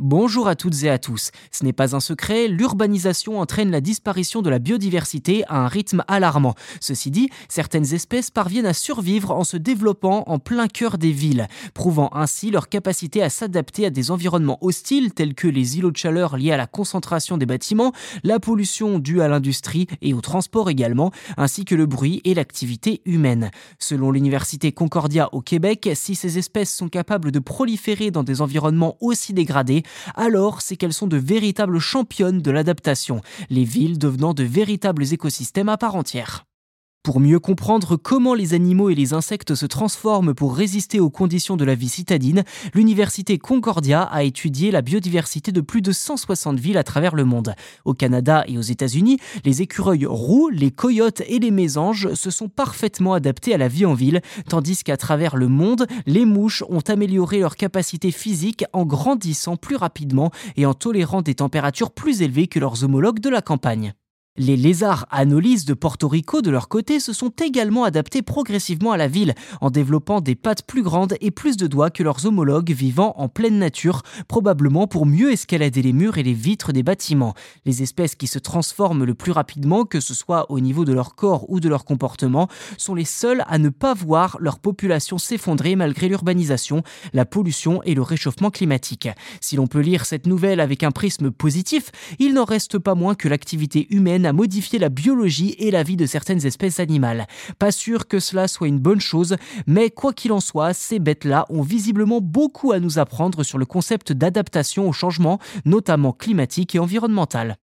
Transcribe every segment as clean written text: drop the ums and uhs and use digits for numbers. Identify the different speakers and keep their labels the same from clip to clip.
Speaker 1: Bonjour à toutes et à tous. Ce n'est pas un secret, l'urbanisation entraîne la disparition de la biodiversité à un rythme alarmant. Ceci dit, certaines espèces parviennent à survivre en se développant en plein cœur des villes, prouvant ainsi leur capacité à s'adapter à des environnements hostiles tels que les îlots de chaleur liés à la concentration des bâtiments, la pollution due à l'industrie et au transport également, ainsi que le bruit et l'activité humaine. Selon l'université Concordia au Québec, si ces espèces sont capables de proliférer dans des environnements aussi dégradés, alors c'est qu'elles sont de véritables championnes de l'adaptation, les villes devenant de véritables écosystèmes à part entière. Pour mieux comprendre comment les animaux et les insectes se transforment pour résister aux conditions de la vie citadine, l'université Concordia a étudié la biodiversité de plus de 160 villes à travers le monde. Au Canada et aux États-Unis, les écureuils roux, les coyotes et les mésanges se sont parfaitement adaptés à la vie en ville, tandis qu'à travers le monde, les mouches ont amélioré leur capacité physique en grandissant plus rapidement et en tolérant des températures plus élevées que leurs homologues de la campagne. Les lézards anolis de Porto Rico, de leur côté, se sont également adaptés progressivement à la ville, en développant des pattes plus grandes et plus de doigts que leurs homologues vivant en pleine nature, probablement pour mieux escalader les murs et les vitres des bâtiments. Les espèces qui se transforment le plus rapidement, que ce soit au niveau de leur corps ou de leur comportement, sont les seules à ne pas voir leur population s'effondrer malgré l'urbanisation, la pollution et le réchauffement climatique. Si l'on peut lire cette nouvelle avec un prisme positif, il n'en reste pas moins que l'activité humaine à modifier la biologie et la vie de certaines espèces animales. Pas sûr que cela soit une bonne chose, mais quoi qu'il en soit, ces bêtes-là ont visiblement beaucoup à nous apprendre sur le concept d'adaptation au changement, notamment climatique et environnemental.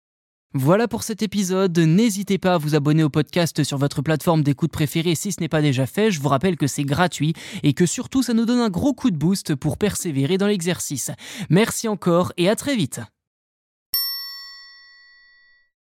Speaker 1: Voilà pour cet épisode, n'hésitez pas à vous abonner au podcast sur votre plateforme d'écoute préférée si ce n'est pas déjà fait, je vous rappelle que c'est gratuit et que surtout ça nous donne un gros coup de boost pour persévérer dans l'exercice. Merci encore et à très vite.